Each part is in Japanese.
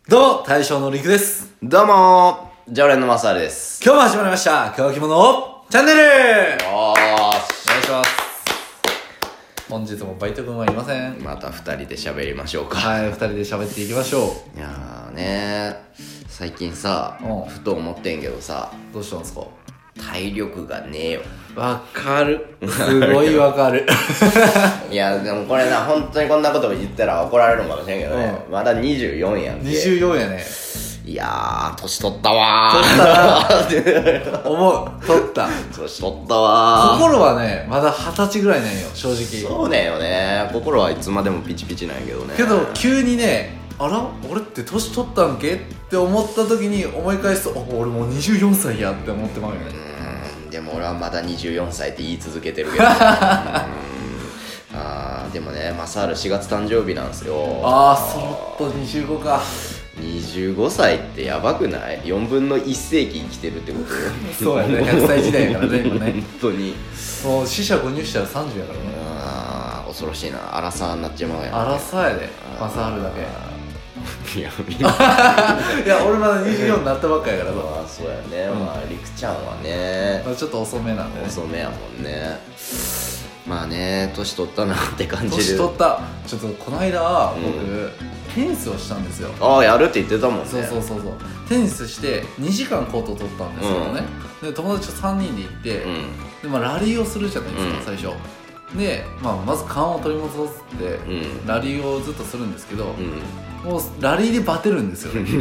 どうも、大将のりくです。 どうも常連のマサルです。 今日も始まりました、乾き物チャンネル。 よーし、 お願いします。本日もバイト君はいません。 また二人で喋りましょうか。 はい、二人で喋っていきましょいやーねー、最近さ、ふと思ってんけどさ、 う。どうしたんですか？ 体力がねえよ。 わかる。すごいわかる。 いやでもこれな、本当にこんなこと言ったら怒られるのかもしれんけどね、まだ24やんけ。 24やね。 いやー、年取ったわー。 取ったな。思う。取った。 年取ったわー。 心はね、まだ20歳ぐらいなんよ、正直。 そうねよね。心はいつまでもピチピチなんやけどね。 けど、急にね、あら俺って年取ったんけって思った時に思い返すと、俺もう24歳やって思ってまうよね。 でも俺はまだ24歳って言い続けてるけどでもね、マサール4月誕生日なんですよ。 そろっと25か。 25歳ってやばくない？ 4 分の1世紀生きてるってことよ。 そうやね、100歳時代やからね、今ね。 本当にもう死者誤入したら30やからね。 恐ろしいな。アラサーになっちまうやん、ね。 アラサーやで、マサールだけ。 いやいや、俺まだ24になったばっかやからさ。 そうやね、まありくちゃんはね、 ちょっと遅めなんでね。 遅めやもんね。まあね、年取ったなって感じる。 年取った。ちょっとこの間、僕テニスをしたんですよ。 やるって言ってたもんね。 そうテニスして2時間コートを取ったんですよね。で、友達と3人で行って、で、ラリーをするじゃないですか、最初で、まず勘を取り戻すって、ラリーをずっとするんですけど、もうラリーでバテるんですよね。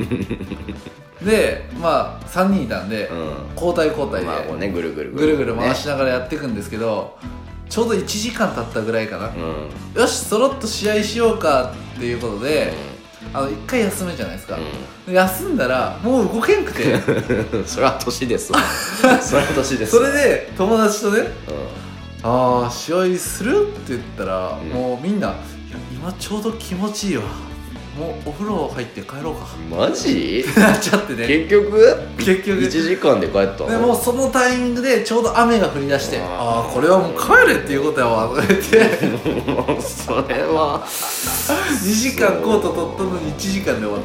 で、3人いたんで、交代交代で、 ぐるぐる回しながらやっていくんですけど、ちょうど1時間経ったぐらいかな、よし、そろっと試合しようかっていうことで、1回休むじゃないですか、休んだらもう動けんくてそれは年ですわ。それは年ですわ。それで友達とね、試合するって言ったら、もうみんな、いや、今ちょうど気持ちいいわ、もうお風呂入って帰ろうか。 マジ？ ってなっちゃってね。 結局1時間で帰ったの？ でもうそのタイミングでちょうど雨が降り出して、これはもう帰れっていうことやわとか言ってそれは 2時間コート取ったのに1時間で終わった。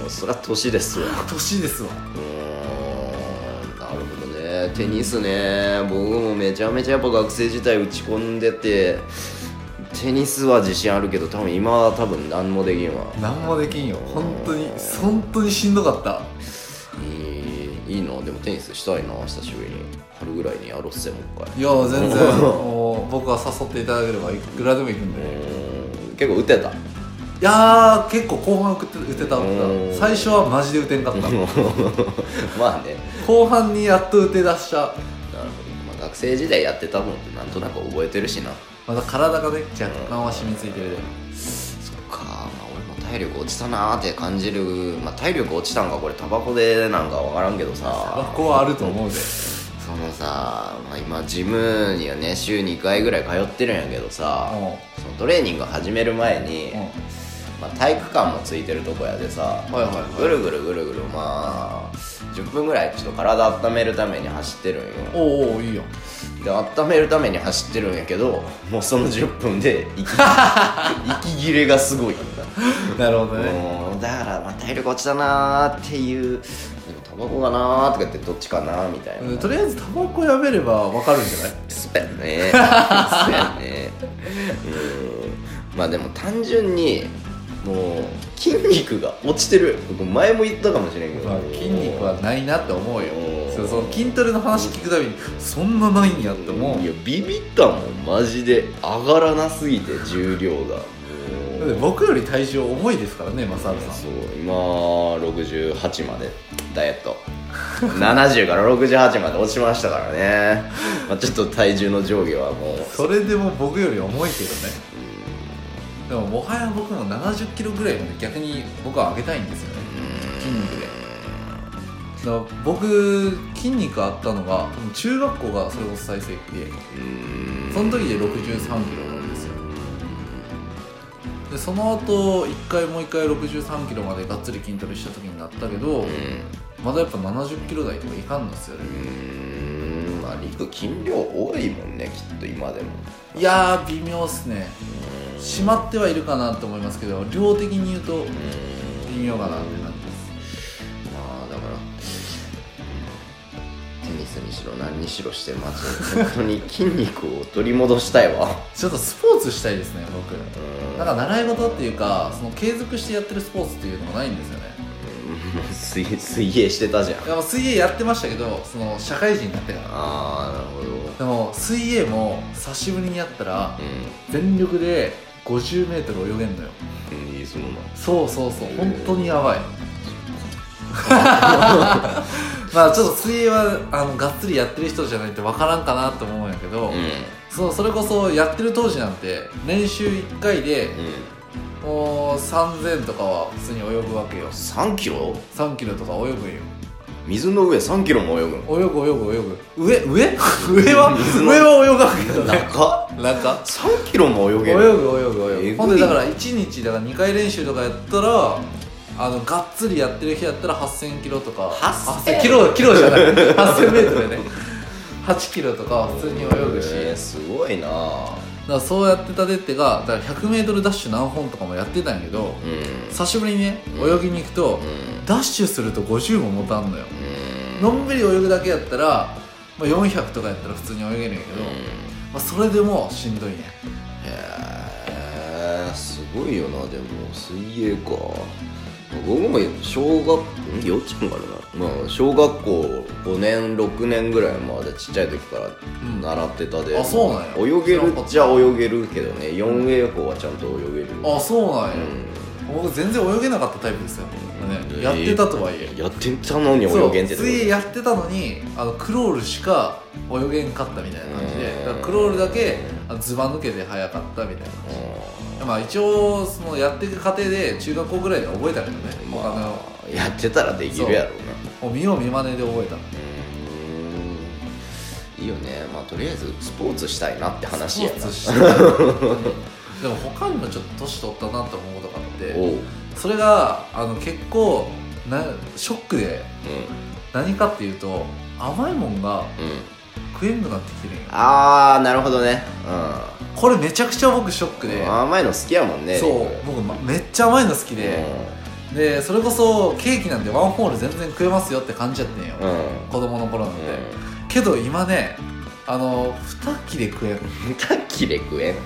そりゃ年ですわ。 年ですわ。 なるほどね。テニスね、僕もめちゃめちゃやっぱ学生時代打ち込んでて、テニスは自信あるけど、今は何もできんわ。 何もできんよ、本当にしんどかった。 いいの？でもテニスしたいな、久しぶりに。春ぐらいにやろうっせ、もう一回。 いや、全然もう僕は誘っていただければいくらでも行くんで。 結構打てた？ いやー、結構後半打てた。最初はマジで打てんかったまあね、 後半にやっと打て出した。なるほど、学生時代やってたもんってなんとなく覚えてるしな。 まだ体がね、若干は染みついてるで。 そっか、俺も体力落ちたなーって感じる。体力落ちたんかこれタバコでなんか分からんけどさ、 タバコはあると思うで。 そのさ、今ジムにはね週2回ぐらい通ってるんやけどさ、そのトレーニング始める前に、体育館もついてるとこやでさ、ぐるぐる10分ぐらいちょっと体温めるために走ってるんよ。 おいいよ。 で、温めるために走ってるんやけど、もうその10分で息切れがすごいんだ。 なるほどね。 だから体力落ちたなーっていう。でもタバコがなーとかってどっちかなーみたいな。 とりあえずタバコやめれば分かるんじゃない？ そうやね。そうやね。でも単純にもう筋肉が落ちてる。僕前も言ったかもしれんけど、 筋肉はないなって思うよ。その筋トレの話聞くたびにそんなないんやって思う。 いや、ビビったもんマジで。上がらなすぎて重量が。 だって僕より体重重いですからね、マサールさん。 そう、今68までダイエット70から68まで落ちましたからね。ちょっと体重の上下はもうそれでも僕より重いけどね。でももはや僕も70キロぐらいまで逆に僕は上げたいんですよね、筋肉で。だから僕筋肉あったのが中学校がそれこそ最盛期で、その時で63キロなんですよ。でその後もう一回63キロまでがっつり筋トレした時になったけど、まだやっぱ70キロ台とかいかんのですよね。 リク筋量多いもんね、きっと今でも。 いやー微妙っすね。締まってはいるかなと思いますけど、量的に言うとってみようかなって感じです。 まあだから、テニスにしろ何にしろしてまず本当に筋肉を取り戻したいわ。 ちょっとスポーツしたいですね僕。なんか習い事っていうかその継続してやってるスポーツっていうのがないんですよね。 水泳してたじゃん。 いやもう水泳やってましたけどその社会人になってから。 ああなるほど。 でも水泳も久しぶりにやったら、全力で 50m 泳げんのよ。 いいそうな。 そう本当にやばい。まあちょっと水泳はがっつりやってる人じゃないと分からんかなと思うんやけど、それこそやってる当時なんて練習1回で、もう3000とかは普通に泳ぐわけよ。 3キロ ?3 キロとか泳ぐんよ。 水の上3キロも泳ぐの？ 泳ぐ上は泳がんけどね。中 3キロも泳げる？ 泳ぐ。ほんでだから1日だから2回練習とかやったらがっつりやってる日やったら8000キロとか8000キロじゃない8000メートルでね8キロとか普通に泳ぐし、 すごいな。 だからそうやってたでってがだから 100m ダッシュ何本とかもやってたんやけど、久しぶりにね泳ぎに行くと、ダッシュすると50も持たんのよ。のんびり泳ぐだけやったら、400とかやったら普通に泳げるんやけど、それでもしんどいね。 へえ、すごいよな。でも水泳か。僕も幼稚園からな、小学校5年6年ぐらいまでちっちゃい時から習ってたで、 そうなんや。 泳げるっちゃ泳げるけどね、4A 法はちゃんと泳げる。 そうなんや。僕全然泳げなかったタイプですよね。やってたとはいえ、 やってたのに泳げんって。 水泳やってたのにクロールしか泳げんかったみたいな感じで、だからクロールだけズバ抜けて速かったみたいな感じ。一応そのやっていく過程で中学校ぐらいで覚えたけどね。 やってたらできるやろうな。 もう見よう見まねで覚えた。 いいよね。とりあえずスポーツしたいなって話やな。 でも他にもちょっと年取ったなと思うことがあって、それが結構ショックで、何かっていうと甘いもんが食えんくなってきてるんよ。 なるほどね。 これめちゃくちゃ僕ショックで。 甘いの好きやもんね。 そう僕めっちゃ甘いの好きで、でそれこそケーキなんてワンホール全然食えますよって感じやってんよ、子供の頃なんで、けど今ね2切れ食えん。 2切れ食えん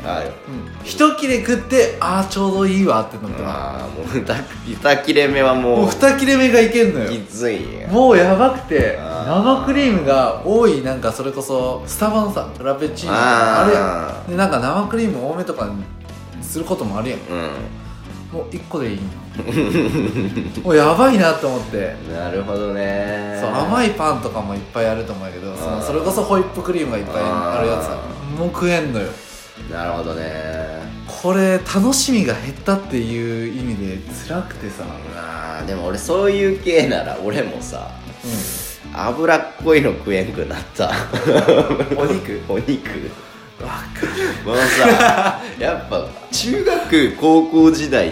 1切れ食ってちょうどいいわってなったら、 もう2切れ目はもう 2切れ目がいけんのよ。 きつい。 もうやばくて、生クリームが多い、なんかそれこそスタバのさフラペチーノとかあるやん。でなんか生クリーム多めとかにすることもあるやん。もう1個でいいもうやばいなと思って。 なるほどね。 そう甘いパンとかもいっぱいあると思うんやけど、それこそホイップクリームがいっぱいあるやつもう食えんのよ。 なるほどね。 これ楽しみが減ったっていう意味で辛くてさ。 でも俺そういう系なら俺もさ、脂っこいの食えんくなった。お肉わかる。 もうさやっぱ中学高校時代って、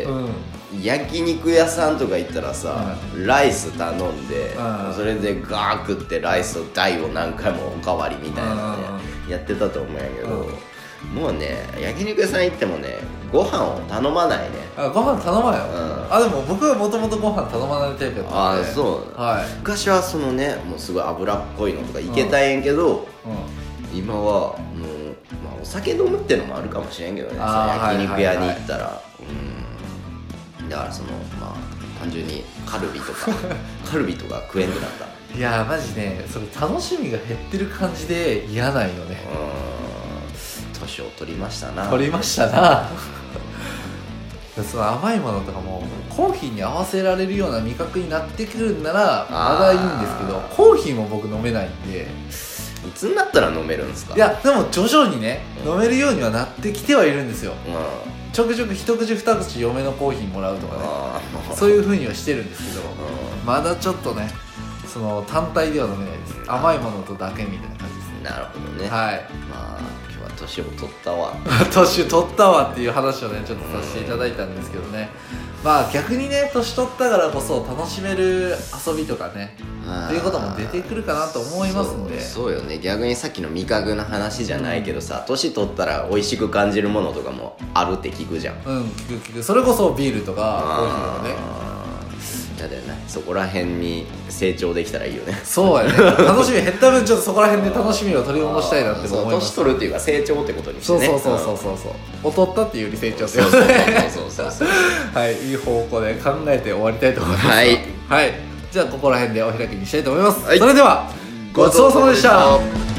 焼肉屋さんとか行ったらさ、ライス頼んで、それでガー食ってライスを大を何回もおかわりみたいなのでやってたと思うんやけど、もうね焼肉屋さん行ってもねご飯を頼まないね。 ご飯頼まんよ。でも僕はもともとご飯頼まないタイプやったんで。 そう、昔はそのねもうすごい脂っこいのとかいけたんやけど、今はもう、お酒飲むってのもあるかもしれんけどね、焼肉屋に行ったら、だからその単純にカルビとか食えんくなった。 いやマジねそれ楽しみが減ってる感じで嫌ないよね。 年を取りましたな。 その甘いものとかもコーヒーに合わせられるような味覚になってくるんならまだいいんですけど、コーヒーも僕飲めないんで。 いつになったら飲めるんですか？ いやでも徐々にね、飲めるようにはなってきてはいるんですよ。ちょくちょく一口二口嫁のコーヒーもらうとかね、そういう風にはしてるんですけど、まだちょっとねその単体では飲めないです。甘いものとだけみたいな感じですね。 なるほどね。今日は年を取ったわ年取ったわっていう話をねちょっとさせていただいたんですけどね、逆にね年取ったからこそ楽しめる遊びとかねっていうことも出てくるかなと思いますんで。 そうよね。逆にさっきの味覚の話じゃないけどさ、年取ったら美味しく感じるものとかもあるって聞くじゃん。 聞く。それこそビールとかコーヒーとかねそこら辺に成長できたらいいよね。 そうやね楽しみ減った分ちょっとそこら辺で楽しみを取り戻したいなって思います。 年取るっていうか成長ってことにしてね。 そう劣ったっていうより成長ってそうはいいい方向で考えて終わりたいと思います。はい、じゃあここら辺でお開きにしたいと思います。それではごちそうさまでした。